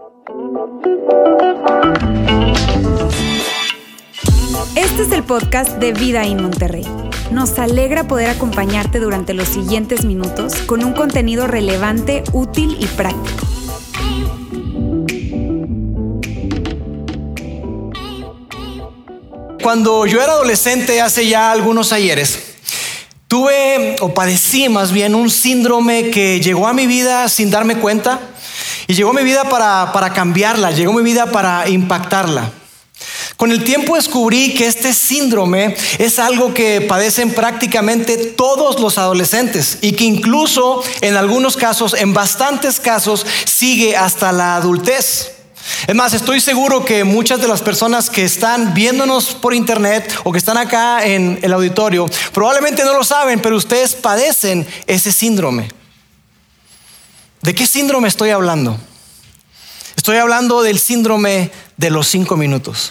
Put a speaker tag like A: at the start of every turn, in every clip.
A: Este es el podcast de Vida en Monterrey. Nos alegra poder acompañarte durante los siguientes minutos con un contenido relevante, útil y práctico.
B: Cuando yo era adolescente, hace ya algunos ayeres, tuve o padecí más bien un síndrome que llegó a mi vida sin darme cuenta y llegó a mi vida para cambiarla, llegó a mi vida para impactarla. Con el tiempo descubrí que este síndrome es algo que padecen prácticamente todos los adolescentes y que incluso en algunos casos, en bastantes casos, sigue hasta la adultez. Es más, estoy seguro que muchas de las personas que están viéndonos por internet o que están acá en el auditorio probablemente no lo saben, pero ustedes padecen ese síndrome. ¿De qué síndrome estoy hablando? Estoy hablando del síndrome de los 5 minutos.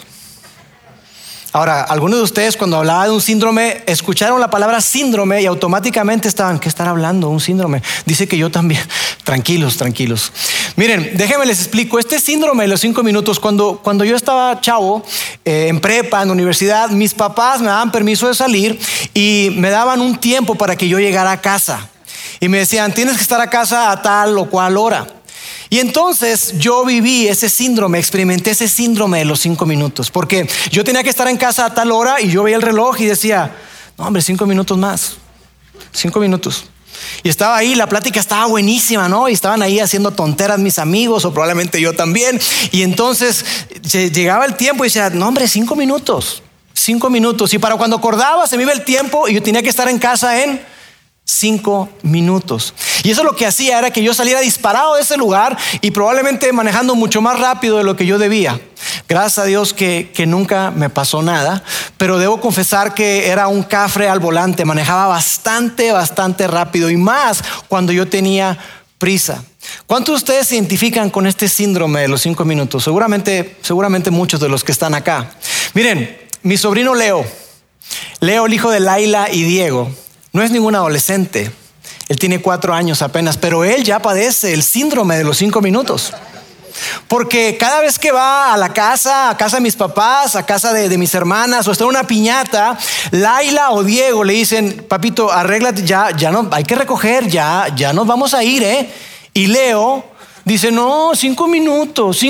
B: Ahora, algunos de ustedes cuando hablaba de un síndrome escucharon la palabra síndrome y automáticamente estaban, ¿qué están hablando? Un síndrome. Dice que yo también. Tranquilos. Miren, déjenme les explico. Este síndrome de los 5 minutos, cuando yo estaba chavo, en prepa, en universidad, mis papás me daban permiso de salir y me daban un tiempo para que yo llegara a casa. Y me decían, tienes que estar a casa a tal o cual hora. Y entonces yo viví ese síndrome, experimenté ese síndrome de los 5 minutos, porque yo tenía que estar en casa a tal hora y yo veía el reloj y decía, no hombre, 5 minutos más, 5 minutos. Y estaba ahí, la plática estaba buenísima, ¿no? Y estaban ahí haciendo tonteras mis amigos o probablemente yo también. Y entonces llegaba el tiempo y decía, no hombre, 5 minutos. Y para cuando acordaba se me iba el tiempo y yo tenía que estar en casa en 5 minutos. Y eso lo que hacía era que yo saliera disparado de ese lugar y probablemente manejando mucho más rápido de lo que yo debía. Gracias a Dios que nunca me pasó nada, pero debo confesar que era un cafre al volante, manejaba bastante rápido y más cuando yo tenía prisa. ¿Cuántos de ustedes se identifican con este síndrome de los 5 minutos? Seguramente muchos de los que están acá. Miren, mi sobrino Leo, el hijo de Laila y Diego, no es ningún adolescente. Él tiene 4 años apenas, pero él ya padece el síndrome de los 5 minutos. Porque cada vez que va a casa de mis papás, a casa de mis hermanas o está en una piñata, Laila o Diego le dicen, papito, arréglate, ya no, hay que recoger, ya nos vamos a ir, ¿eh? Y Leo dice, no, 5 minutos.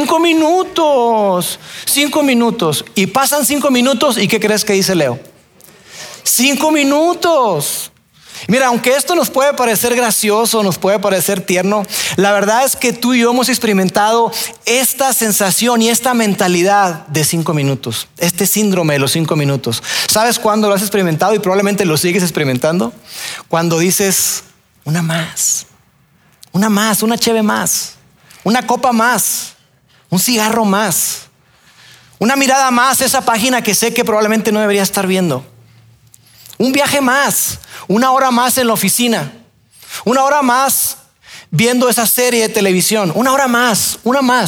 B: Y pasan 5 minutos y ¿qué crees que dice Leo? 5 minutos. Mira, aunque esto nos puede parecer gracioso, nos puede parecer tierno, la verdad es que tú y yo hemos experimentado esta sensación y esta mentalidad de 5 minutos, este síndrome de los 5 minutos. ¿Sabes cuándo lo has experimentado y probablemente lo sigues experimentando? Cuando dices, una cheve más, una copa más, un cigarro más, una mirada más, esa página que sé que probablemente no debería estar viendo. Un viaje más, 1 hora más en la oficina, 1 hora más viendo esa serie de televisión, 1 hora más,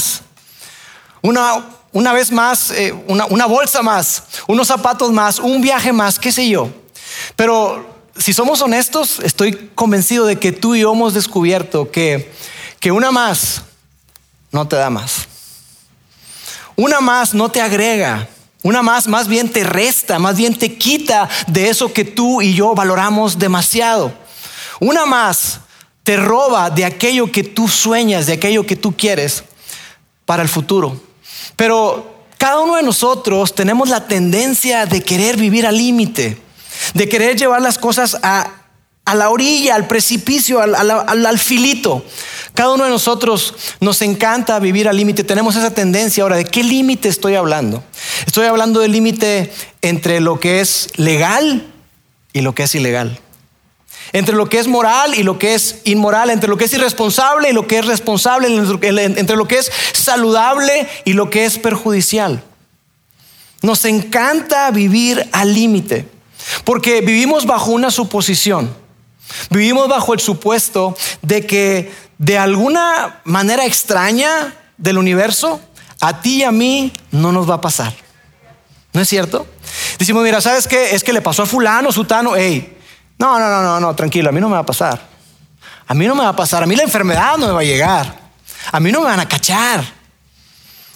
B: una vez más, una bolsa más, unos zapatos más, un viaje más, qué sé yo. Pero si somos honestos, estoy convencido de que tú y yo hemos descubierto que una más no te da más. Una más no te agrega. Una más bien te resta, más bien te quita de eso que tú y yo valoramos demasiado. Una más te roba de aquello que tú sueñas, de aquello que tú quieres para el futuro. Pero cada uno de nosotros tenemos la tendencia de querer vivir al límite, de querer llevar las cosas a la orilla, al precipicio, al filito. Cada uno de nosotros nos encanta vivir al límite. Tenemos esa tendencia. Ahora, ¿de qué límite estoy hablando? Estoy hablando del límite entre lo que es legal y lo que es ilegal. Entre lo que es moral y lo que es inmoral. Entre lo que es irresponsable y lo que es responsable. Entre lo que es saludable y lo que es perjudicial. Nos encanta vivir al límite porque vivimos bajo una suposición. Vivimos bajo el supuesto de que de alguna manera extraña del universo, a ti y a mí no nos va a pasar. ¿No es cierto? Decimos, mira, ¿sabes qué? Es que le pasó a fulano, sutano. No, tranquilo, a mí no me va a pasar. A mí no me va a pasar. A mí la enfermedad no me va a llegar. A mí no me van a cachar.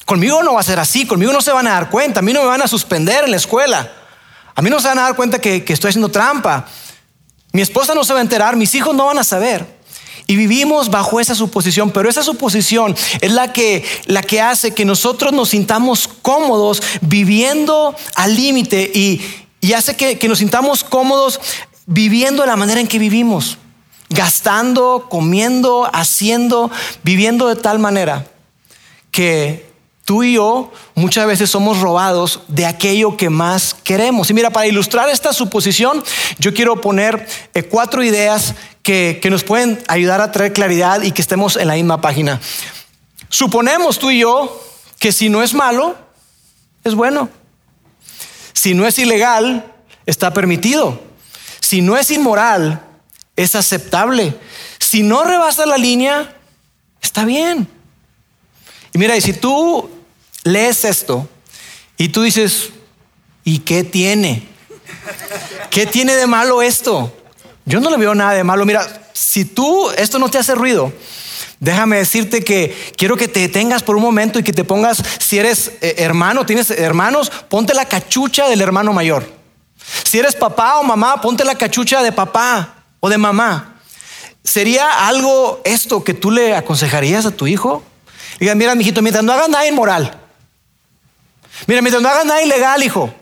B: Conmigo no va a ser así, conmigo no se van a dar cuenta, a mí no me van a suspender en la escuela, a mí no se van a dar cuenta que estoy haciendo trampa, mi esposa no se va a enterar, mis hijos no van a saber. Y vivimos bajo esa suposición, pero esa suposición es la que hace que nosotros nos sintamos cómodos viviendo al límite y hace que nos sintamos cómodos viviendo de la manera en que vivimos, gastando, comiendo, haciendo, viviendo de tal manera que tú y yo muchas veces somos robados de aquello que más queremos. Y mira, para ilustrar esta suposición, yo quiero poner 4 ideas que nos pueden ayudar a traer claridad y que estemos en la misma página. Suponemos tú y yo que si no es malo, es bueno. Si no es ilegal, está permitido. Si no es inmoral, es aceptable. Si no rebasa la línea, está bien. Y mira, y si tú lees esto y tú dices, ¿y qué tiene? ¿Qué tiene de malo esto? Yo no le veo nada de malo. Mira, si esto no te hace ruido, déjame decirte que quiero que te detengas por un momento y que te pongas, si eres hermano, tienes hermanos, ponte la cachucha del hermano mayor. Si eres papá o mamá, ponte la cachucha de papá o de mamá. ¿Sería algo esto que tú le aconsejarías a tu hijo? Digan, mira, mijito, mientras no hagas nada inmoral, mira, mientras no hagas nada ilegal, hijo.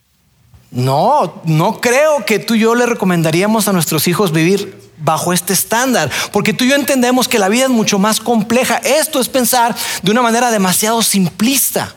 B: No creo que tú y yo le recomendaríamos a nuestros hijos vivir bajo este estándar, porque tú y yo entendemos que la vida es mucho más compleja. Esto es pensar de una manera demasiado simplista,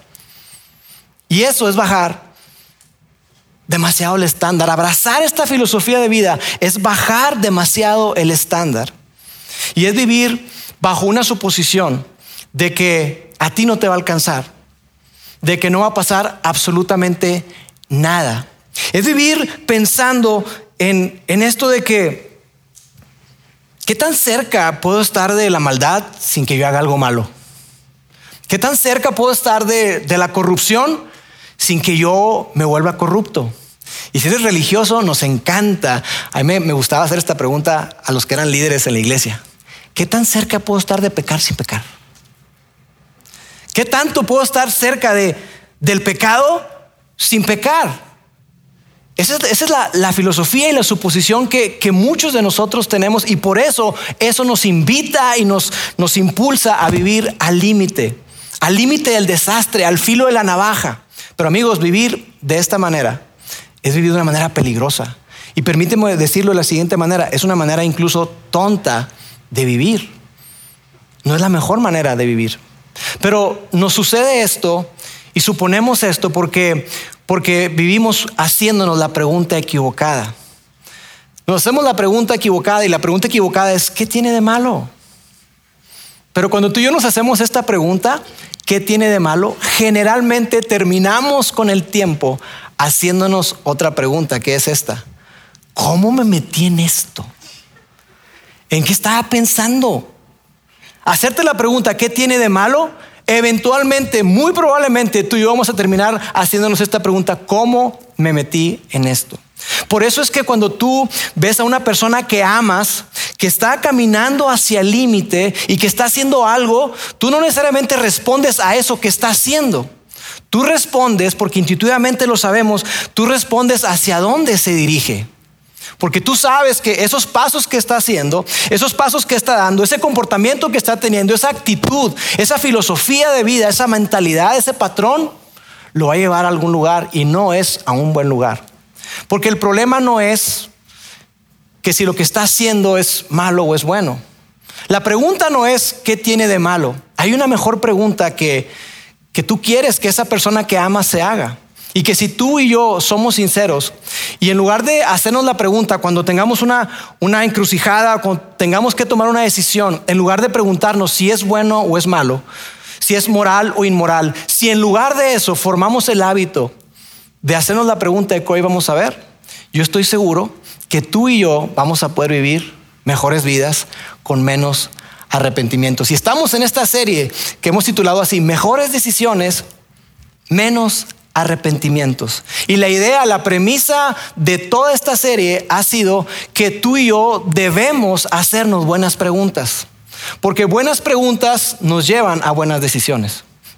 B: y eso es bajar demasiado el estándar. Abrazar esta filosofía de vida es bajar demasiado el estándar, y es vivir bajo una suposición de que a ti no te va a alcanzar, de que no va a pasar absolutamente nada. Es vivir pensando en esto de que ¿qué tan cerca puedo estar de la maldad sin que yo haga algo malo? ¿Qué tan cerca puedo estar de la corrupción sin que yo me vuelva corrupto? Y si eres religioso, nos encanta. A mí me gustaba hacer esta pregunta a los que eran líderes en la iglesia. ¿Qué tan cerca puedo estar de pecar sin pecar? ¿Qué tanto puedo estar cerca del pecado sin pecar? Esa es la filosofía y la suposición que muchos de nosotros tenemos, y por eso nos invita y nos impulsa a vivir al límite del desastre, al filo de la navaja. Pero amigos, vivir de esta manera es vivir de una manera peligrosa. Y permíteme decirlo de la siguiente manera: es una manera incluso tonta de vivir. No es la mejor manera de vivir. Pero nos sucede esto y suponemos esto porque vivimos haciéndonos la pregunta equivocada. Nos hacemos la pregunta equivocada, y la pregunta equivocada es: ¿qué tiene de malo? Pero cuando tú y yo nos hacemos esta pregunta, ¿qué tiene de malo?, generalmente terminamos con el tiempo haciéndonos otra pregunta, que es esta: ¿cómo me metí en esto? ¿En qué estaba pensando? Hacerte la pregunta ¿qué tiene de malo? Eventualmente, muy probablemente, tú y yo vamos a terminar haciéndonos esta pregunta: ¿cómo me metí en esto? Por eso es que cuando tú ves a una persona que amas, que está caminando hacia el límite y que está haciendo algo, tú no necesariamente respondes a eso que está haciendo. Tú respondes, porque intuitivamente lo sabemos, tú respondes hacia dónde se dirige. Porque tú sabes que esos pasos que está haciendo, esos pasos que está dando, ese comportamiento que está teniendo, esa actitud, esa filosofía de vida, esa mentalidad, ese patrón, lo va a llevar a algún lugar, y no es a un buen lugar. Porque el problema no es que si lo que está haciendo es malo o es bueno. La pregunta no es ¿qué tiene de malo? Hay una mejor pregunta que tú quieres que esa persona que amas se haga. Y que si tú y yo somos sinceros, y en lugar de hacernos la pregunta cuando tengamos una encrucijada, cuando tengamos que tomar una decisión, en lugar de preguntarnos si es bueno o es malo, si es moral o inmoral, si en lugar de eso formamos el hábito de hacernos la pregunta de qué hoy vamos a ver, yo estoy seguro que tú y yo vamos a poder vivir mejores vidas con menos arrepentimiento. Si estamos en esta serie que hemos titulado así: Mejores decisiones, menos arrepentimientos. Y la idea, la premisa de toda esta serie ha sido que tú y yo debemos hacernos buenas preguntas, porque buenas preguntas nos llevan a buenas decisiones.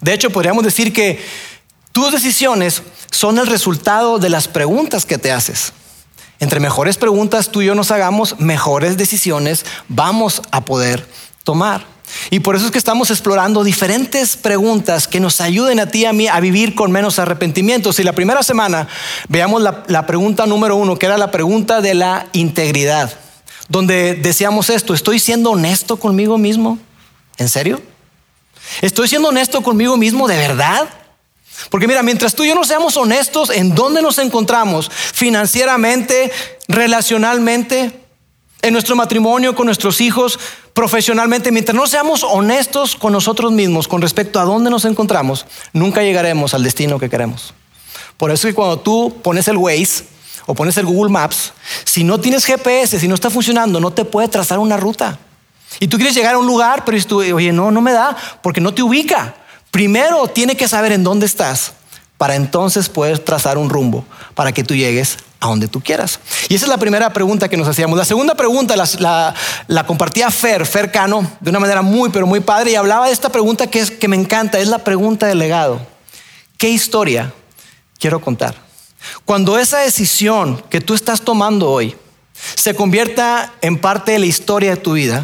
B: De hecho, podríamos decir que tus decisiones son el resultado de las preguntas que te haces. Entre mejores preguntas tú y yo nos hagamos, mejores decisiones vamos a poder tomar. Y por eso es que estamos explorando diferentes preguntas que nos ayuden a ti y a mí a vivir con menos arrepentimientos. Y la primera semana veamos la pregunta número 1, que era la pregunta de la integridad, donde decíamos esto: ¿estoy siendo honesto conmigo mismo? ¿En serio? ¿Estoy siendo honesto conmigo mismo de verdad? Porque mira, mientras tú y yo no seamos honestos en dónde nos encontramos financieramente, relacionalmente, en nuestro matrimonio, con nuestros hijos, profesionalmente, mientras no seamos honestos con nosotros mismos con respecto a dónde nos encontramos, nunca llegaremos al destino que queremos. Por eso es que cuando tú pones el Waze o pones el Google Maps, si no tienes GPS, si no está funcionando, no te puede trazar una ruta. Y tú quieres llegar a un lugar, pero dices tú, oye, no me da, porque no te ubica. Primero tiene que saber en dónde estás para entonces poder trazar un rumbo para que tú llegues a donde tú quieras. Y esa es la primera pregunta que nos hacíamos. La segunda pregunta la compartía Fer Cano de una manera muy, pero muy padre, y hablaba de esta pregunta que me encanta. Es la pregunta del legado. ¿Qué historia quiero contar? Cuando esa decisión que tú estás tomando hoy se convierta en parte de la historia de tu vida,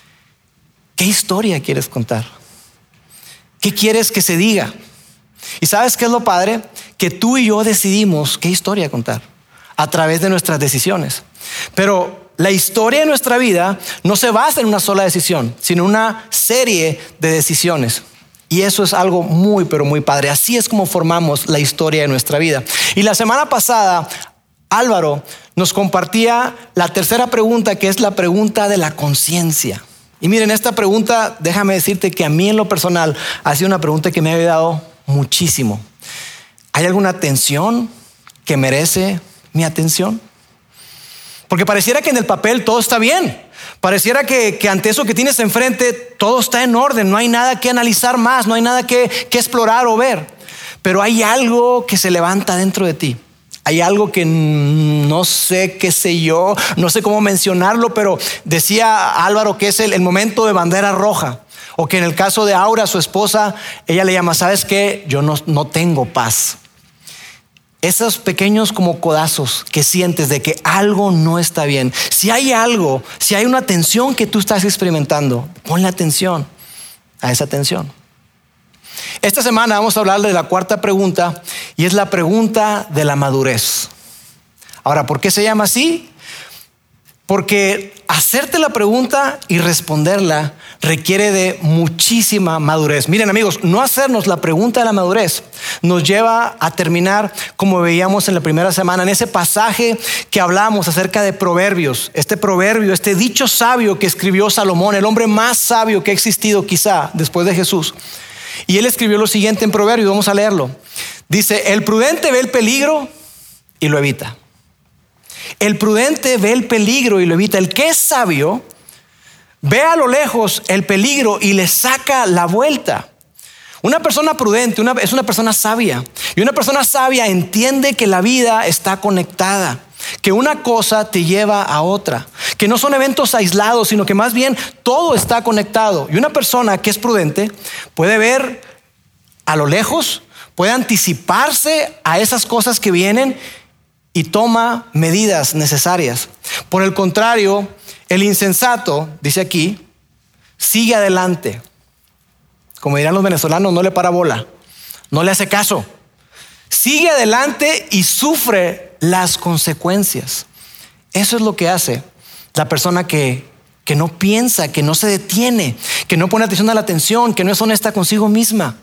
B: ¿qué historia quieres contar? ¿Qué quieres que se diga? Y ¿sabes qué es lo padre? Que tú y yo decidimos qué historia contar a través de nuestras decisiones. Pero la historia de nuestra vida no se basa en una sola decisión, sino en una serie de decisiones. Y eso es algo muy, pero muy padre. Así es como formamos la historia de nuestra vida. Y la semana pasada, Álvaro nos compartía la tercera pregunta, que es la pregunta de la conciencia. Y miren, esta pregunta, déjame decirte que a mí en lo personal ha sido una pregunta que me ha ayudado muchísimo. ¿Hay alguna tensión que merece mi atención? Porque pareciera que en el papel todo está bien. Pareciera que ante eso que tienes enfrente todo está en orden. No hay nada que analizar más, no hay nada que explorar o ver. Pero hay algo que se levanta dentro de ti. Hay algo que no sé, qué sé yo, no sé cómo mencionarlo, pero decía Álvaro que es el momento de bandera roja. O que en el caso de Aura, su esposa, ella le llama, ¿sabes qué? Yo no tengo paz. Esos pequeños como codazos que sientes de que algo no está bien. Si hay algo, si hay una tensión que tú estás experimentando, ponle atención a esa tensión. Esta semana vamos a hablar de la cuarta pregunta, y es la pregunta de la madurez. Ahora, ¿por qué se llama así? Porque hacerte la pregunta y responderla requiere de muchísima madurez. Miren, amigos, no hacernos la pregunta de la madurez nos lleva a terminar como veíamos en la primera semana, en ese pasaje que hablamos acerca de Proverbios. Este proverbio, este dicho sabio que escribió Salomón, el hombre más sabio que ha existido quizá después de Jesús. Y él escribió lo siguiente en Proverbios, vamos a leerlo. Dice: el prudente ve el peligro y lo evita. El prudente ve el peligro y lo evita. El que es sabio ve a lo lejos el peligro y le saca la vuelta. Una persona prudente es una persona sabia. Y una persona sabia entiende que la vida está conectada, que una cosa te lleva a otra, que no son eventos aislados, sino que más bien todo está conectado. Y una persona que es prudente puede ver a lo lejos, puede anticiparse a esas cosas que vienen y toma medidas necesarias. Por el contrario, el insensato, dice aquí, sigue adelante. Como dirán los venezolanos, no le para bola, no le hace caso. Sigue adelante y sufre las consecuencias. Eso es lo que hace la persona que no piensa, que no se detiene, que no pone atención a la atención, que no es honesta consigo misma,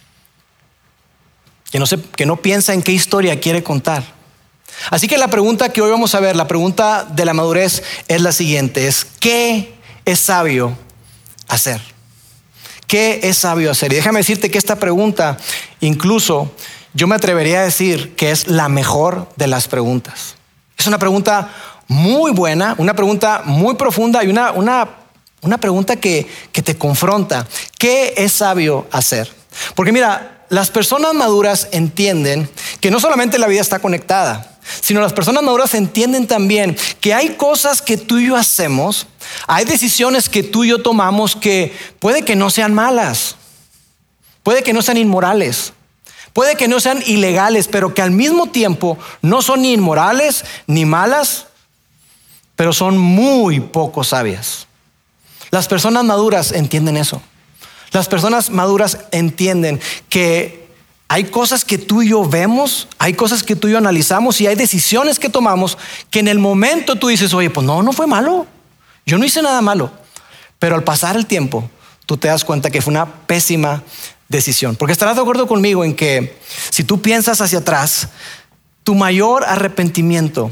B: que no piensa en qué historia quiere contar. Así que la pregunta que hoy vamos a ver, la pregunta de la madurez, es la siguiente: es ¿qué es sabio hacer? ¿Qué es sabio hacer? Y déjame decirte que esta pregunta, incluso yo me atrevería a decir que es la mejor de las preguntas. Es una pregunta muy buena, una pregunta muy profunda y una pregunta que te confronta. ¿Qué es sabio hacer? Porque mira, las personas maduras entienden que no solamente la vida está conectada, sino las personas maduras entienden también que hay cosas que tú y yo hacemos, hay decisiones que tú y yo tomamos que puede que no sean malas, puede que no sean inmorales, puede que no sean ilegales, pero que al mismo tiempo no son ni inmorales ni malas, pero son muy poco sabias. Las personas maduras entienden eso. Las personas maduras entienden que hay cosas que tú y yo vemos, hay cosas que tú y yo analizamos y hay decisiones que tomamos que en el momento tú dices, oye, pues no fue malo. Yo no hice nada malo. Pero al pasar el tiempo, tú te das cuenta que fue una pésima decisión. Porque estarás de acuerdo conmigo en que si tú piensas hacia atrás, tu mayor arrepentimiento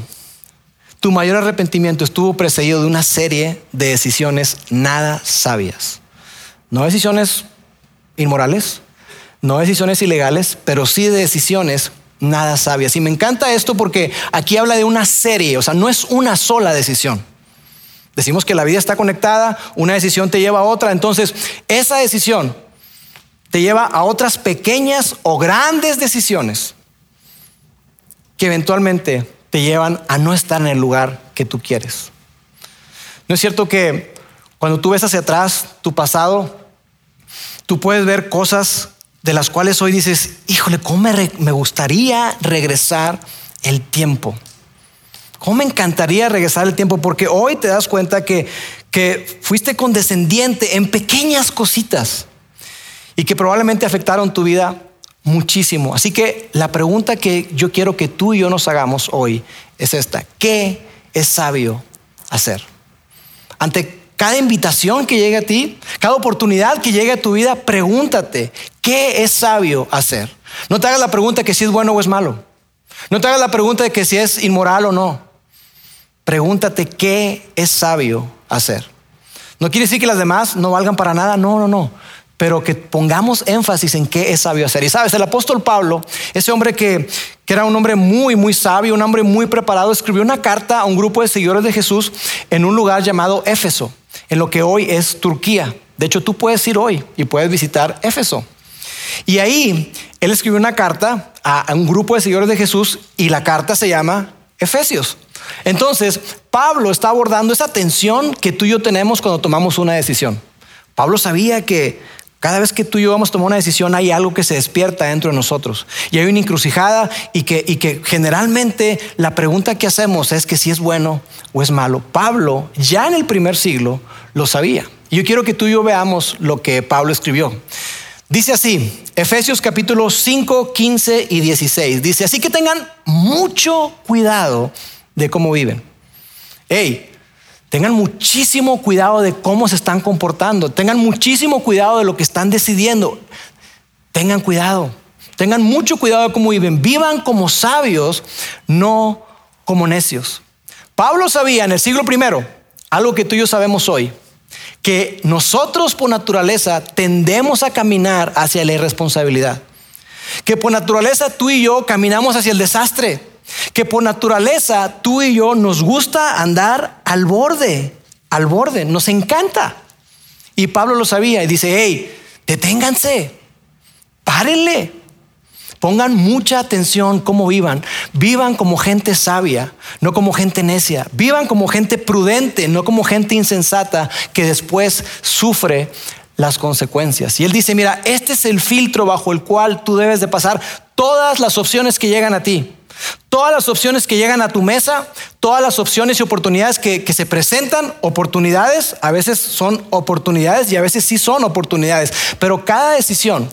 B: estuvo precedido de una serie de decisiones nada sabias. No decisiones inmorales, no decisiones ilegales, pero sí de decisiones nada sabias. Y me encanta esto porque aquí habla de una serie, o sea, no es una sola decisión. Decimos que la vida está conectada, una decisión te lleva a otra, entonces esa decisión te lleva a otras pequeñas o grandes decisiones que eventualmente te llevan a no estar en el lugar que tú quieres. ¿No es cierto que cuando tú ves hacia atrás tu pasado, tú puedes ver cosas de las cuales hoy dices, híjole, ¿cómo me gustaría regresar el tiempo? ¿Cómo me encantaría regresar el tiempo? Porque hoy te das cuenta que fuiste condescendiente en pequeñas cositas y que probablemente afectaron tu vida muchísimo. Así que la pregunta que yo quiero que tú y yo nos hagamos hoy es esta: ¿qué es sabio hacer? Ante cada invitación que llegue a ti, cada oportunidad que llegue a tu vida, pregúntate, ¿qué es sabio hacer? No te hagas la pregunta que si es bueno o es malo. No te hagas la pregunta de que si es inmoral o no. Pregúntate, ¿qué es sabio hacer? No quiere decir que las demás no valgan para nada, no. Pero que pongamos énfasis en qué es sabio hacer. Y sabes, el apóstol Pablo, ese hombre que era un hombre muy, muy sabio, un hombre muy preparado, escribió una carta a un grupo de seguidores de Jesús en un lugar llamado Éfeso, en lo que hoy es Turquía. De hecho, tú puedes ir hoy y puedes visitar Éfeso. Y ahí él escribió una carta a un grupo de seguidores de Jesús y la carta se llama Efesios. Entonces, Pablo está abordando esa tensión que tú y yo tenemos cuando tomamos una decisión. Pablo sabía que cada vez que tú y yo vamos a tomar una decisión hay algo que se despierta dentro de nosotros y hay una encrucijada y que generalmente la pregunta que hacemos es que si es bueno o es malo. Pablo ya en el primer siglo lo sabía. Y yo quiero que tú y yo veamos lo que Pablo escribió. Dice así, Efesios capítulo 5, 15 y 16. Dice, así que tengan mucho cuidado de cómo viven. Tengan muchísimo cuidado de cómo se están comportando. Tengan muchísimo cuidado de lo que están decidiendo. Tengan cuidado. Tengan mucho cuidado de cómo viven. Vivan como sabios, no como necios. Pablo sabía en el siglo I, algo que tú y yo sabemos hoy, que nosotros por naturaleza tendemos a caminar hacia la irresponsabilidad. Que por naturaleza tú y yo caminamos hacia el desastre. Que por naturaleza tú y yo nos gusta andar al borde, nos encanta. Y Pablo lo sabía y dice, deténganse, párenle, pongan mucha atención cómo vivan. Vivan como gente sabia, no como gente necia. Vivan como gente prudente, no como gente insensata que después sufre las consecuencias. Y él dice, mira, este es el filtro bajo el cual tú debes de pasar todas las opciones que llegan a ti. Todas las opciones que llegan a tu mesa, todas las opciones y oportunidades que se presentan, oportunidades, a veces son oportunidades y a veces sí son oportunidades, pero cada decisión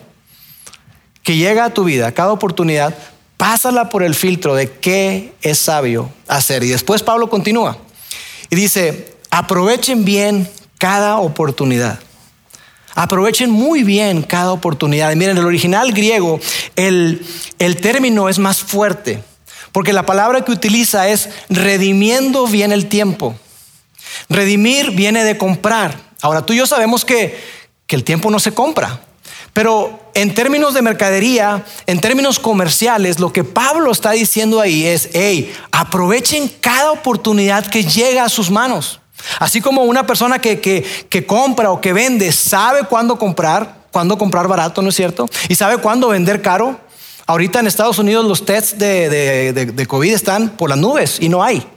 B: que llega a tu vida, cada oportunidad, pásala por el filtro de qué es sabio hacer. Y después Pablo continúa y dice, aprovechen bien cada oportunidad. Aprovechen muy bien cada oportunidad. Y miren, en el original griego, el término es más fuerte, porque la palabra que utiliza es redimiendo bien el tiempo. Redimir viene de comprar. Ahora, tú y yo sabemos que el tiempo no se compra, pero en términos de mercadería, en términos comerciales, lo que Pablo está diciendo ahí es, aprovechen cada oportunidad que llega a sus manos. Así como una persona que compra o que vende sabe cuándo comprar barato, ¿no es cierto? Y sabe cuándo vender caro. Ahorita en Estados Unidos los tests de COVID están por las nubes y no hay.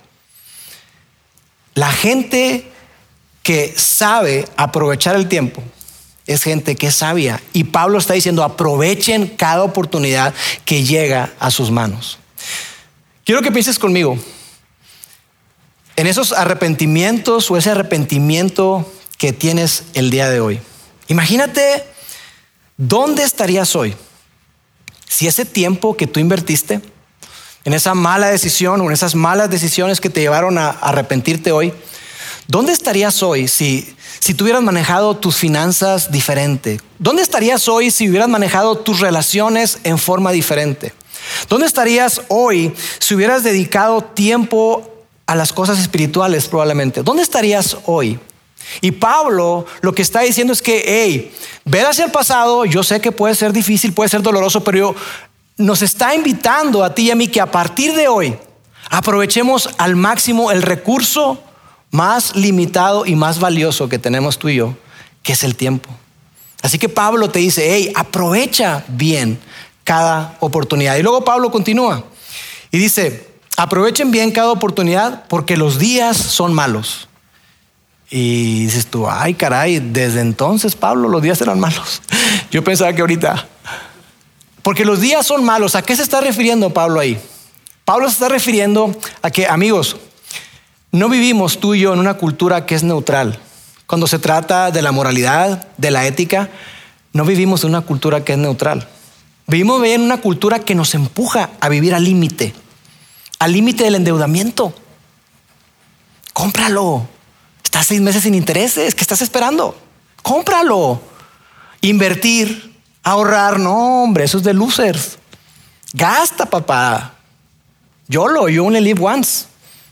B: La gente que sabe aprovechar el tiempo es gente que es sabia. Y Pablo está diciendo, aprovechen cada oportunidad que llega a sus manos. Quiero que pienses conmigo en esos arrepentimientos o ese arrepentimiento que tienes el día de hoy. Imagínate dónde estarías hoy si ese tiempo que tú invertiste en esa mala decisión o en esas malas decisiones que te llevaron a arrepentirte hoy, ¿dónde estarías hoy si tú hubieras manejado tus finanzas diferente? ¿Dónde estarías hoy si hubieras manejado tus relaciones en forma diferente? ¿Dónde estarías hoy si hubieras dedicado tiempo a las cosas espirituales probablemente? ¿Dónde estarías hoy? Y Pablo lo que está diciendo es que, ver hacia el pasado, yo sé que puede ser difícil, puede ser doloroso, pero nos está invitando a ti y a mí que a partir de hoy aprovechemos al máximo el recurso más limitado y más valioso que tenemos tú y yo, que es el tiempo. Así que Pablo te dice, aprovecha bien cada oportunidad. Y luego Pablo continúa y dice, aprovechen bien cada oportunidad porque los días son malos. Y dices tú, ay caray, desde entonces Pablo los días eran malos. Yo pensaba que ahorita, porque los días son malos. ¿A qué se está refiriendo Pablo ahí? Pablo se está refiriendo a que, amigos, no vivimos tú y yo en una cultura que es neutral. Cuando se trata de la moralidad, de la ética, no vivimos en una cultura que es neutral. Vivimos en una cultura que nos empuja a vivir al límite del endeudamiento. Cómpralo. Estás 6 meses sin intereses. ¿Qué estás esperando? Cómpralo. Invertir, ahorrar, no, hombre, eso es de losers. Gasta, papá. You only live once.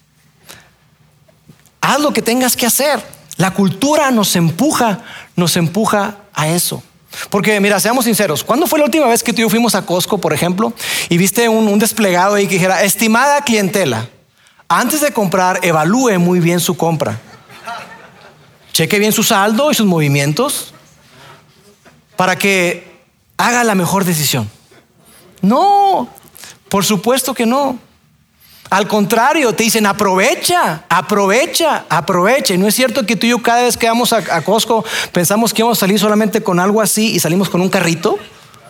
B: Haz lo que tengas que hacer. La cultura nos empuja a eso. Porque mira, seamos sinceros, ¿cuándo fue la última vez que tú y yo fuimos a Costco, por ejemplo, y viste un desplegado ahí que dijera, estimada clientela, antes de comprar, evalúe muy bien su compra? Cheque bien su saldo y sus movimientos para que haga la mejor decisión. No, por supuesto que no. Al contrario, te dicen aprovecha. Y no es cierto que tú y yo cada vez que vamos a Costco pensamos que íbamos a salir solamente con algo así y salimos con un carrito.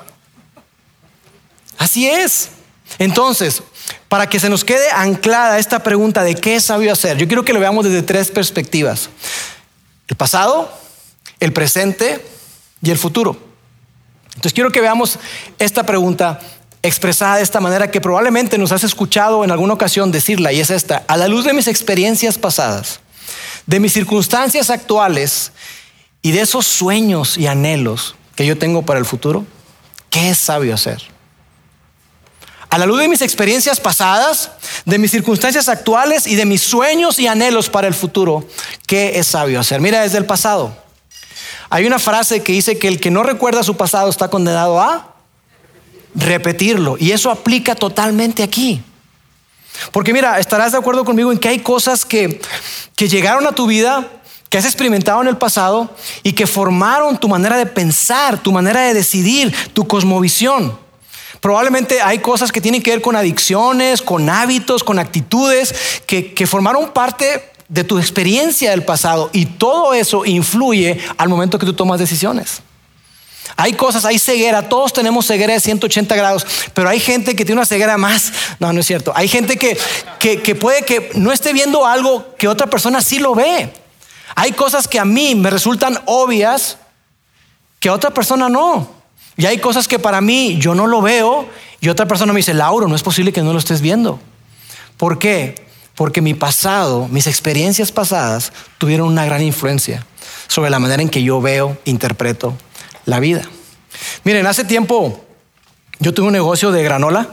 B: Así es. Entonces, para que se nos quede anclada esta pregunta de qué es sabio hacer, yo quiero que lo veamos desde 3 perspectivas: el pasado, el presente y el futuro. Entonces quiero que veamos esta pregunta expresada de esta manera, que probablemente nos has escuchado en alguna ocasión decirla, y es esta: a la luz de mis experiencias pasadas, de mis circunstancias actuales y de esos sueños y anhelos que yo tengo para el futuro, ¿qué es sabio hacer? A la luz de mis experiencias pasadas, de mis circunstancias actuales y de mis sueños y anhelos para el futuro, ¿qué es sabio hacer? Mira, desde el pasado hay una frase que dice que el que no recuerda su pasado está condenado a repetirlo, y eso aplica totalmente aquí. Porque mira, estarás de acuerdo conmigo en que hay cosas que llegaron a tu vida, que has experimentado en el pasado y que formaron tu manera de pensar, tu manera de decidir, tu cosmovisión. Probablemente hay cosas que tienen que ver con adicciones, con hábitos, con actitudes que formaron parte de tu experiencia del pasado, y todo eso influye al momento que tú tomas decisiones. Hay cosas, hay ceguera, todos tenemos ceguera de 180 grados, pero hay gente que tiene una ceguera más. No es cierto. Hay gente que puede que no esté viendo algo que otra persona sí lo ve. Hay cosas que a mí me resultan obvias que a otra persona no. Y hay cosas que para mí yo no lo veo y otra persona me dice, Lauro, no es posible que no lo estés viendo. ¿Por qué? Porque mi pasado, mis experiencias pasadas tuvieron una gran influencia sobre la manera en que yo veo, interpreto la vida. Miren, hace tiempo yo tuve un negocio de granola.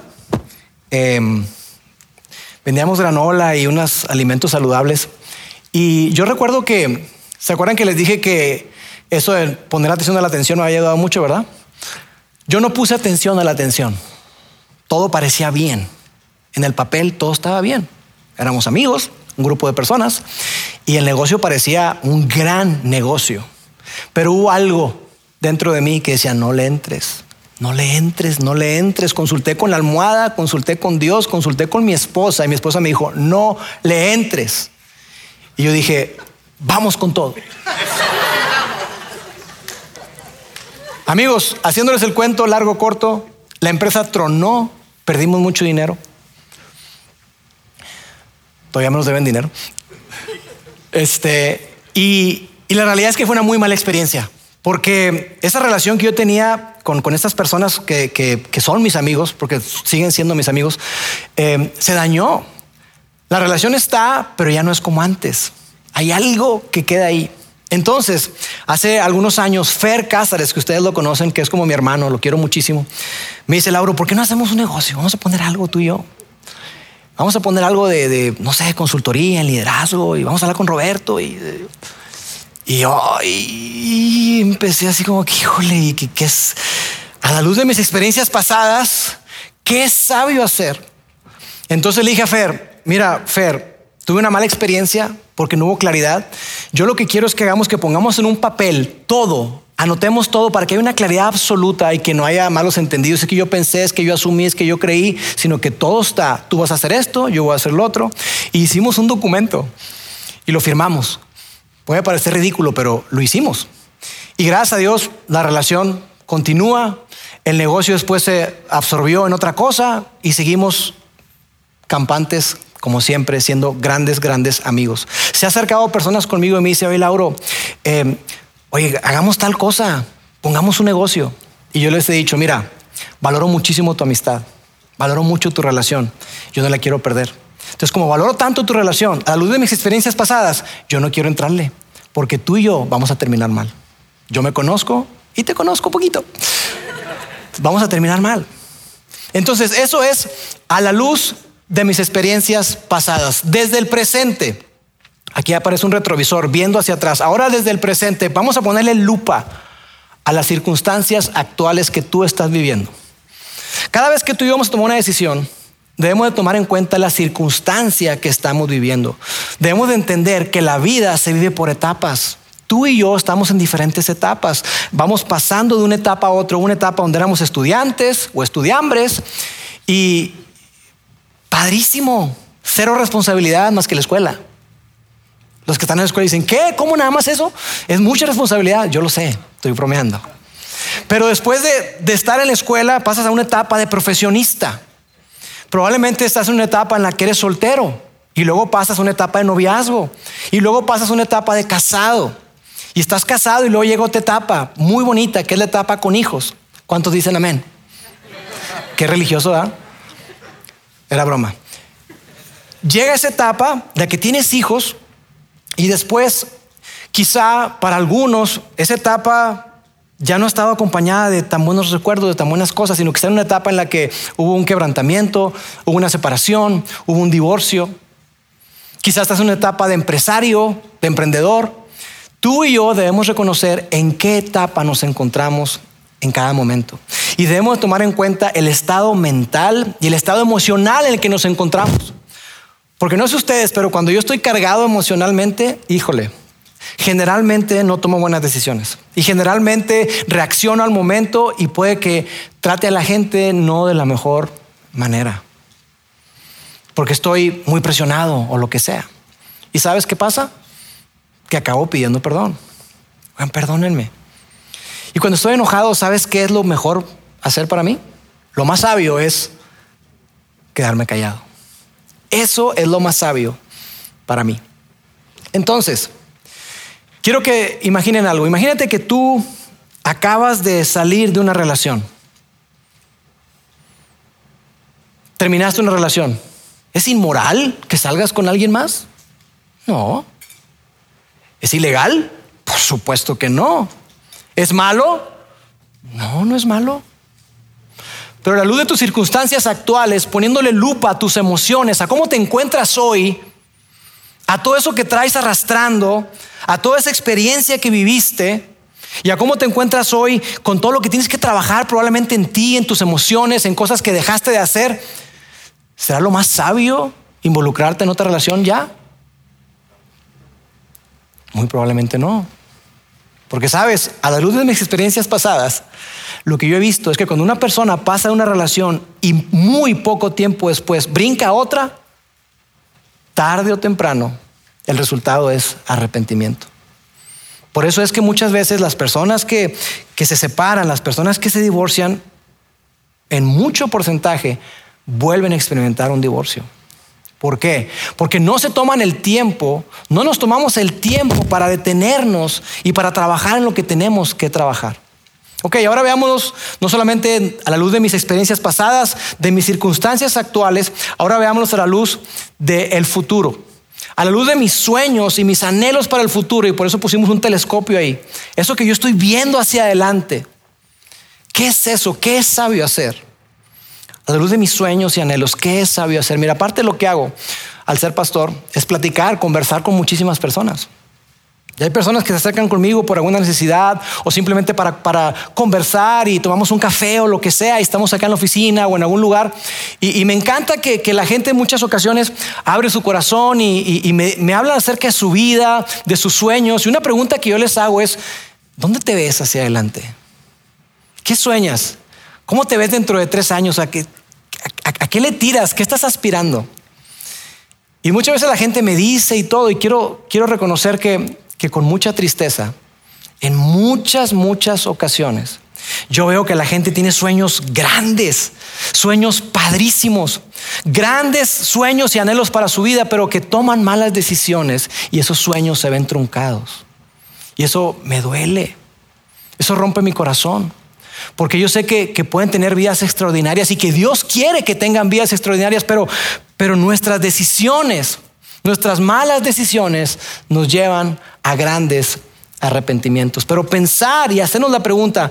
B: Vendíamos granola y unos alimentos saludables. Y yo recuerdo que, ¿se acuerdan que les dije que eso de poner atención a la atención me había ayudado mucho, verdad? Yo no puse atención a la atención. Todo parecía bien. En el papel todo estaba bien. Éramos amigos, un grupo de personas, y el negocio parecía un gran negocio. Pero hubo algo dentro de mí que decía, no le entres. Consulté con la almohada, consulté con Dios, consulté con mi esposa, y mi esposa me dijo, no le entres. Y yo dije, vamos con todo. Amigos, haciéndoles el cuento largo, corto, la empresa tronó, perdimos mucho dinero. Todavía me nos deben dinero. Y la realidad es que fue una muy mala experiencia, porque esa relación que yo tenía con estas personas que son mis amigos, porque siguen siendo mis amigos, se dañó. La relación está, pero ya no es como antes. Hay algo que queda ahí. Entonces, hace algunos años, Fer Cázares, que ustedes lo conocen, que es como mi hermano, lo quiero muchísimo, me dice: Lauro, ¿por qué no hacemos un negocio? Vamos a poner algo tú y yo. Vamos a poner algo de no sé, consultoría, en liderazgo, y vamos a hablar con Roberto. Y yo empecé así como que, híjole, ¿y qué es? A la luz de mis experiencias pasadas, ¿qué es sabio hacer? Entonces le dije a Fer: mira, Fer, tuve una mala experiencia porque no hubo claridad. Yo lo que quiero es que pongamos en un papel todo, anotemos todo para que haya una claridad absoluta y que no haya malos entendidos. Es que yo pensé, es que yo asumí, es que yo creí, sino que todo está. Tú vas a hacer esto, yo voy a hacer lo otro. Y hicimos un documento y lo firmamos. Puede parecer ridículo, pero lo hicimos. Y gracias a Dios la relación continúa. El negocio después se absorbió en otra cosa y seguimos campantes, como siempre, siendo grandes amigos. Se ha acercado personas conmigo y me dice: oye, Lauro, oye, hagamos tal cosa, pongamos un negocio. Y yo les he dicho: mira, valoro muchísimo tu amistad, valoro mucho tu relación, yo no la quiero perder. Entonces, como valoro tanto tu relación, a la luz de mis experiencias pasadas, yo no quiero entrarle, porque tú y yo vamos a terminar mal. Yo me conozco y te conozco un poquito. Vamos a terminar mal. Entonces, eso es a la luz de mis experiencias pasadas. Desde el presente, aquí aparece un retrovisor viendo hacia atrás. Ahora, desde el presente, vamos a ponerle lupa a las circunstancias actuales que tú estás viviendo. Cada vez que tú y yo vamos a tomar una decisión, debemos de tomar en cuenta la circunstancia que estamos viviendo. Debemos de entender que la vida se vive por etapas. Tú y yo estamos en diferentes etapas. Vamos pasando de una etapa a otra, una etapa donde éramos estudiantes o estudiambres y padrísimo, cero responsabilidad más que la escuela. Los que están en la escuela dicen: ¿qué? ¿Cómo nada más eso? Es mucha responsabilidad. Yo lo sé, estoy bromeando. Pero después de estar en la escuela pasas a una etapa de profesionista. Probablemente estás en una etapa en la que eres soltero y luego pasas a una etapa de noviazgo y luego pasas a una etapa de casado y estás casado y luego llega otra etapa muy bonita que es la etapa con hijos. ¿Cuántos dicen amén? Qué religioso, ¿verdad? Era broma. Llega esa etapa de que tienes hijos y después quizá para algunos esa etapa ya no ha estado acompañada de tan buenos recuerdos, de tan buenas cosas, sino que está en una etapa en la que hubo un quebrantamiento, hubo una separación, hubo un divorcio. Quizás estás en una etapa de empresario, de emprendedor. Tú y yo debemos reconocer en qué etapa nos encontramos en cada momento. Y debemos tomar en cuenta el estado mental y el estado emocional en el que nos encontramos. Porque no sé ustedes, pero cuando yo estoy cargado emocionalmente, híjole, generalmente no tomo buenas decisiones. Y generalmente reacciono al momento y puede que trate a la gente no de la mejor manera. Porque estoy muy presionado o lo que sea. ¿Y sabes qué pasa? Que acabo pidiendo perdón. Oigan, perdónenme. Y cuando estoy enojado, ¿sabes qué es lo mejor hacer para mí? Lo más sabio es quedarme callado. Eso es lo más sabio para mí. Entonces, quiero que imaginen algo. Imagínate que tú acabas de salir de una relación. Terminaste una relación. ¿Es inmoral que salgas con alguien más? No. ¿Es ilegal? Por supuesto que no. ¿Es malo? No, no es malo. Pero a la luz de tus circunstancias actuales, poniéndole lupa a tus emociones, a cómo te encuentras hoy, a todo eso que traes arrastrando, a toda esa experiencia que viviste y a cómo te encuentras hoy con todo lo que tienes que trabajar probablemente en ti, en tus emociones, en cosas que dejaste de hacer, ¿será lo más sabio involucrarte en otra relación ya? Muy probablemente no. Porque sabes, a la luz de mis experiencias pasadas, lo que yo he visto es que cuando una persona pasa de una relación y muy poco tiempo después brinca a otra, tarde o temprano, el resultado es arrepentimiento. Por eso es que muchas veces las personas que se separan, las personas que se divorcian, en mucho porcentaje vuelven a experimentar un divorcio. ¿Por qué? Porque no se toman el tiempo, no nos tomamos el tiempo para detenernos y para trabajar en lo que tenemos que trabajar. Ok, ahora veámonos no solamente a la luz de mis experiencias pasadas, de mis circunstancias actuales, ahora veámonos a la luz del futuro, a la luz de mis sueños y mis anhelos para el futuro, y por eso pusimos un telescopio ahí. Eso que yo estoy viendo hacia adelante. ¿Qué es eso? ¿Qué es sabio hacer? A la luz de mis sueños y anhelos, ¿qué es sabio hacer? Mira, aparte de lo que hago al ser pastor es platicar, conversar con muchísimas personas. Y hay personas que se acercan conmigo por alguna necesidad o simplemente para conversar y tomamos un café o lo que sea y estamos acá en la oficina o en algún lugar. Y me encanta que la gente en muchas ocasiones abre su corazón y me hablan acerca de su vida, de sus sueños. Y una pregunta que yo les hago es, ¿dónde te ves hacia adelante? ¿Qué sueñas? ¿Cómo te ves dentro de 3 años? ¿A qué le tiras? ¿Qué estás aspirando? Y muchas veces la gente me dice y todo, y quiero reconocer que con mucha tristeza, en muchas ocasiones, yo veo que la gente tiene sueños grandes, sueños padrísimos, grandes sueños y anhelos para su vida, pero que toman malas decisiones y esos sueños se ven truncados. Y eso me duele, eso rompe mi corazón. Porque yo sé que pueden tener vidas extraordinarias y que Dios quiere que tengan vidas extraordinarias, pero nuestras decisiones, nuestras malas decisiones nos llevan a grandes arrepentimientos. Pero pensar y hacernos la pregunta,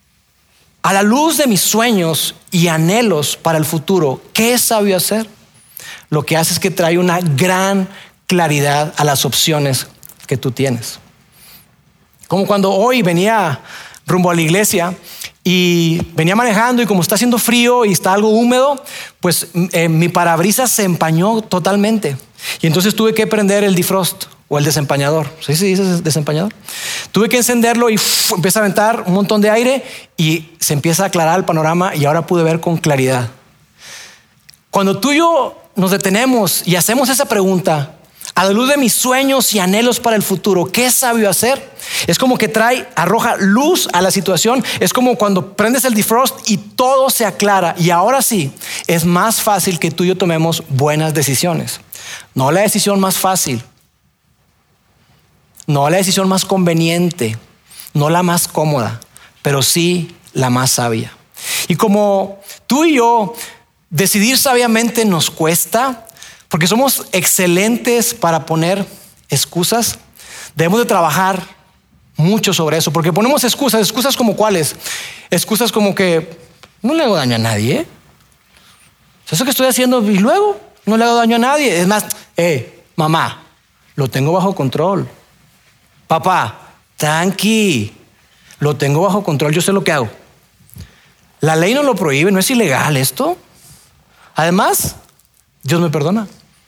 B: a la luz de mis sueños y anhelos para el futuro, ¿qué es sabio hacer? Lo que hace es que trae una gran claridad a las opciones que tú tienes. Como cuando hoy venía rumbo a la iglesia y venía manejando y como está haciendo frío y está algo húmedo, pues mi parabrisas se empañó totalmente. Y entonces tuve que prender el defrost o el desempañador. ¿Sí se dice desempañador? Tuve que encenderlo y empieza a aventar un montón de aire y se empieza a aclarar el panorama y ahora pude ver con claridad. Cuando tú y yo nos detenemos y hacemos esa pregunta, a la luz de mis sueños y anhelos para el futuro, ¿qué es sabio hacer? Es como que arroja luz a la situación. Es como cuando prendes el defrost y todo se aclara. Y ahora sí, es más fácil que tú y yo tomemos buenas decisiones. No la decisión más fácil, no la decisión más conveniente, no la más cómoda, pero sí la más sabia. Y como tú y yo decidir sabiamente nos cuesta, porque somos excelentes para poner excusas, debemos de trabajar mucho sobre eso, porque ponemos excusas como ¿cuáles? Excusas como que no le hago daño a nadie. Eso que estoy haciendo y luego no le hago daño a nadie. Es más, mamá, lo tengo bajo control. Papá, tranqui, lo tengo bajo control, yo sé lo que hago. La ley no lo prohíbe, no es ilegal esto. Además, Dios me perdona.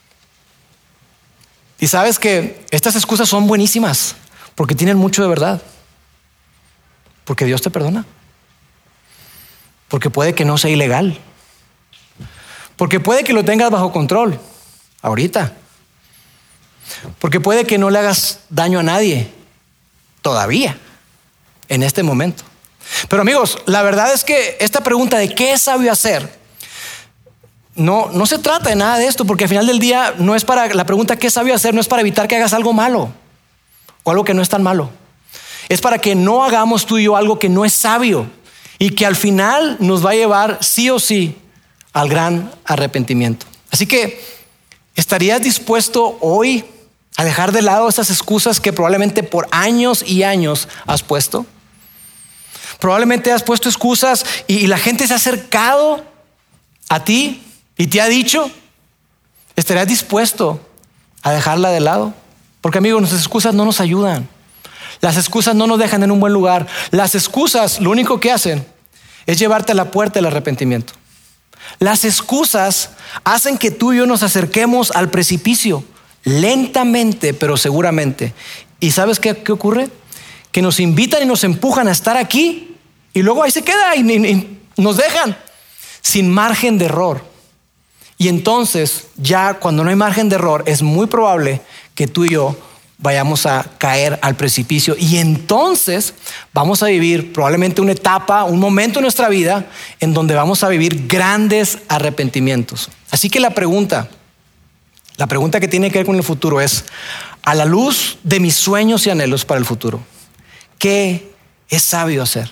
B: Y sabes que estas excusas son buenísimas porque tienen mucho de verdad. Porque Dios te perdona. Porque puede que no sea ilegal. Porque puede que lo tengas bajo control ahorita. Porque puede que no le hagas daño a nadie todavía en este momento. Pero amigos, la verdad es que esta pregunta de qué es sabio hacer no se trata de nada de esto, porque al final del día no es para la pregunta qué es sabio hacer, no es para evitar que hagas algo malo o algo que no es tan malo. Es para que no hagamos tú y yo algo que no es sabio y que al final nos va a llevar sí o sí al gran arrepentimiento. Así que, ¿estarías dispuesto hoy a dejar de lado esas excusas que probablemente por años y años has puesto? Probablemente has puesto excusas y la gente se ha acercado a ti y te ha dicho, ¿estarías dispuesto a dejarla de lado? Porque amigos, nuestras excusas no nos ayudan. Las excusas no nos dejan en un buen lugar. Las excusas lo único que hacen es llevarte a la puerta del arrepentimiento. Las excusas hacen que tú y yo nos acerquemos al precipicio lentamente, pero seguramente. ¿Y sabes qué ocurre? Que nos invitan y nos empujan a estar aquí y luego ahí se queda y nos dejan sin margen de error. Y entonces ya cuando no hay margen de error es muy probable que tú y yo vayamos a caer al precipicio. Y entonces vamos a vivir probablemente una etapa, un momento en nuestra vida en donde vamos a vivir grandes arrepentimientos. Así que la pregunta que tiene que ver con el futuro es: a la luz de mis sueños y anhelos para el futuro, ¿qué es sabio hacer?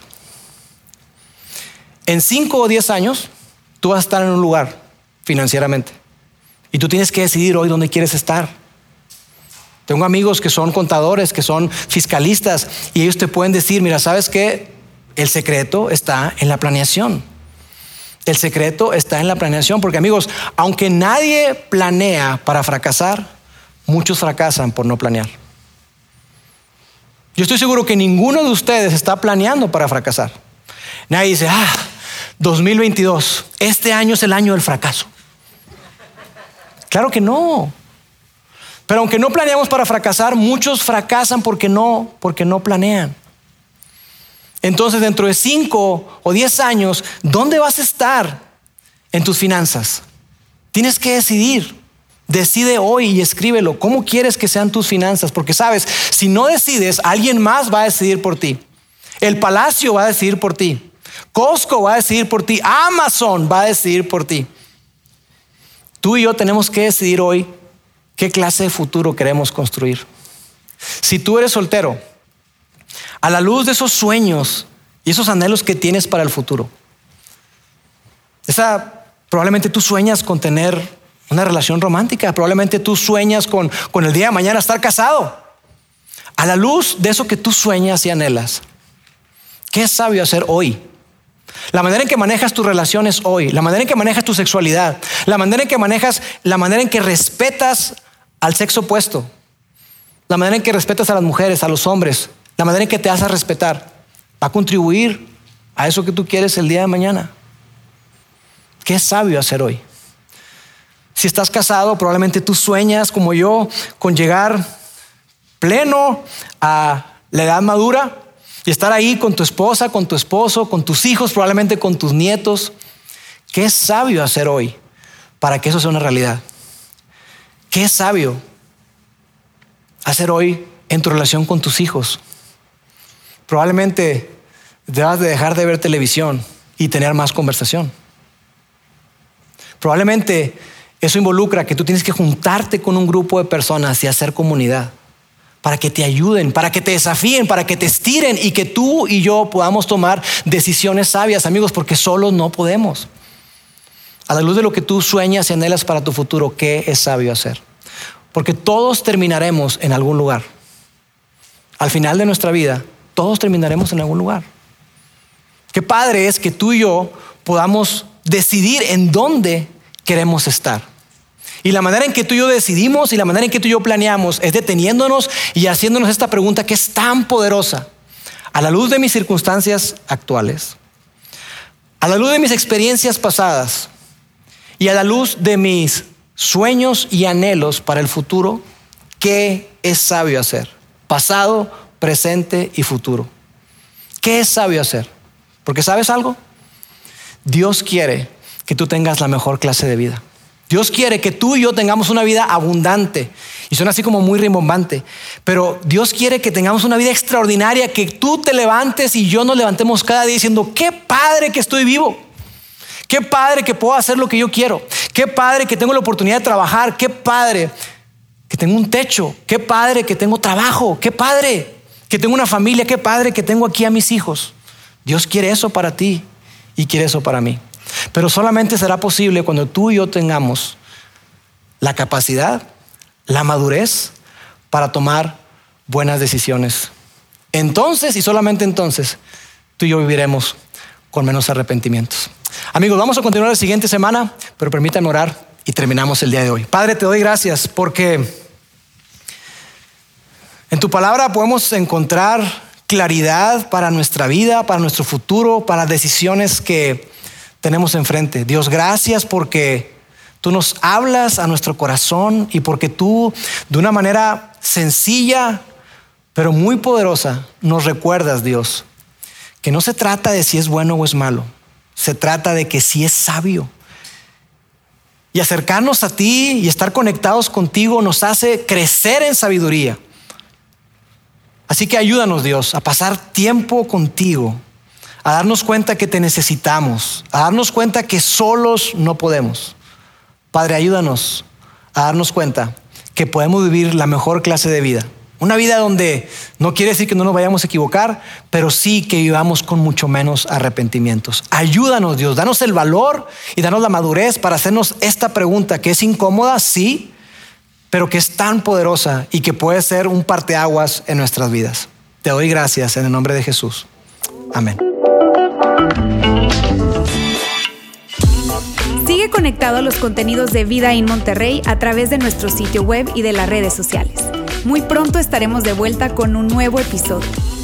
B: En 5 o 10 años, tú vas a estar en un lugar financieramente y tú tienes que decidir hoy dónde quieres estar. Tengo amigos que son contadores, que son fiscalistas, y ellos te pueden decir: mira, ¿sabes qué? El secreto está en la planeación. El secreto está en la planeación, porque amigos, aunque nadie planea para fracasar, muchos fracasan por no planear. Yo estoy seguro que ninguno de ustedes está planeando para fracasar. Nadie dice: 2022, este año es el año del fracaso. Claro que no. Pero aunque no planeamos para fracasar, muchos fracasan porque no planean. Entonces, dentro de 5 o 10 años, ¿dónde vas a estar en tus finanzas? Tienes que decidir. Decide hoy y escríbelo. ¿Cómo quieres que sean tus finanzas? Porque sabes, si no decides, alguien más va a decidir por ti. El Palacio va a decidir por ti. Costco va a decidir por ti. Amazon va a decidir por ti. Tú y yo tenemos que decidir hoy qué clase de futuro queremos construir. Si tú eres soltero, a la luz de esos sueños y esos anhelos que tienes para el futuro, probablemente tú sueñas con tener una relación romántica, probablemente tú sueñas con el día de mañana estar casado. A la luz de eso que tú sueñas y anhelas, ¿qué es sabio hacer hoy? La manera en que manejas tus relaciones hoy, la manera en que manejas tu sexualidad, la manera en que respetas al sexo opuesto, la manera en que respetas a las mujeres, a los hombres, la manera en que te haces respetar, va a contribuir a eso que tú quieres el día de mañana. ¿Qué es sabio hacer hoy? Si estás casado, probablemente tú sueñas como yo con llegar pleno a la edad madura y estar ahí con tu esposa, con tu esposo, con tus hijos, probablemente con tus nietos. ¿Qué es sabio hacer hoy para que eso sea una realidad? ¿Qué es sabio hacer hoy en tu relación con tus hijos? Probablemente debas de dejar de ver televisión y tener más conversación. Probablemente eso involucra que tú tienes que juntarte con un grupo de personas y hacer comunidad para que te ayuden, para que te desafíen, para que te estiren y que tú y yo podamos tomar decisiones sabias, amigos, porque solos no podemos. A la luz de lo que tú sueñas y anhelas para tu futuro, ¿qué es sabio hacer? Porque todos terminaremos en algún lugar. Al final de nuestra vida, todos terminaremos en algún lugar. Qué padre es que tú y yo podamos decidir en dónde queremos estar. Y la manera en que tú y yo decidimos y la manera en que tú y yo planeamos es deteniéndonos y haciéndonos esta pregunta que es tan poderosa. A la luz de mis circunstancias actuales, a la luz de mis experiencias pasadas y a la luz de mis sueños y anhelos para el futuro, ¿qué es sabio hacer? Pasado, presente y futuro. ¿Qué es sabio hacer? Porque ¿sabes algo? Dios quiere que tú tengas la mejor clase de vida. Dios quiere que tú y yo tengamos una vida abundante. Y suena así como muy rimbombante, pero Dios quiere que tengamos una vida extraordinaria, que tú te levantes y yo nos levantemos cada día diciendo: qué padre que estoy vivo, qué padre que puedo hacer lo que yo quiero, qué padre que tengo la oportunidad de trabajar, qué padre que tengo un techo, qué padre que tengo trabajo, qué padre que tengo una familia, qué padre que tengo aquí a mis hijos. Dios quiere eso para ti y quiere eso para mí. Pero solamente será posible cuando tú y yo tengamos la capacidad, la madurez para tomar buenas decisiones. Entonces, y solamente entonces, tú y yo viviremos con menos arrepentimientos. Amigos, vamos a continuar la siguiente semana, pero permítanme orar y terminamos el día de hoy. Padre, te doy gracias porque en tu palabra podemos encontrar claridad para nuestra vida, para nuestro futuro, para decisiones que tenemos enfrente. Dios, gracias porque tú nos hablas a nuestro corazón y porque tú, de una manera sencilla pero muy poderosa, nos recuerdas, Dios, que no se trata de si es bueno o es malo, se trata de que si es sabio. Y acercarnos a ti y estar conectados contigo nos hace crecer en sabiduría, Así que ayúdanos, Dios, a pasar tiempo contigo, a darnos cuenta que te necesitamos, a darnos cuenta que solos no podemos. Padre, ayúdanos a darnos cuenta que podemos vivir la mejor clase de vida. Una vida donde no quiere decir que no nos vayamos a equivocar, pero sí que vivamos con mucho menos arrepentimientos. Ayúdanos, Dios, danos el valor y danos la madurez para hacernos esta pregunta que es incómoda, sí, pero que es tan poderosa y que puede ser un parteaguas en nuestras vidas. Te doy gracias en el nombre de Jesús. Amén.
A: Sigue conectado a los contenidos de Vida in Monterrey a través de nuestro sitio web y de las redes sociales. Muy pronto estaremos de vuelta con un nuevo episodio.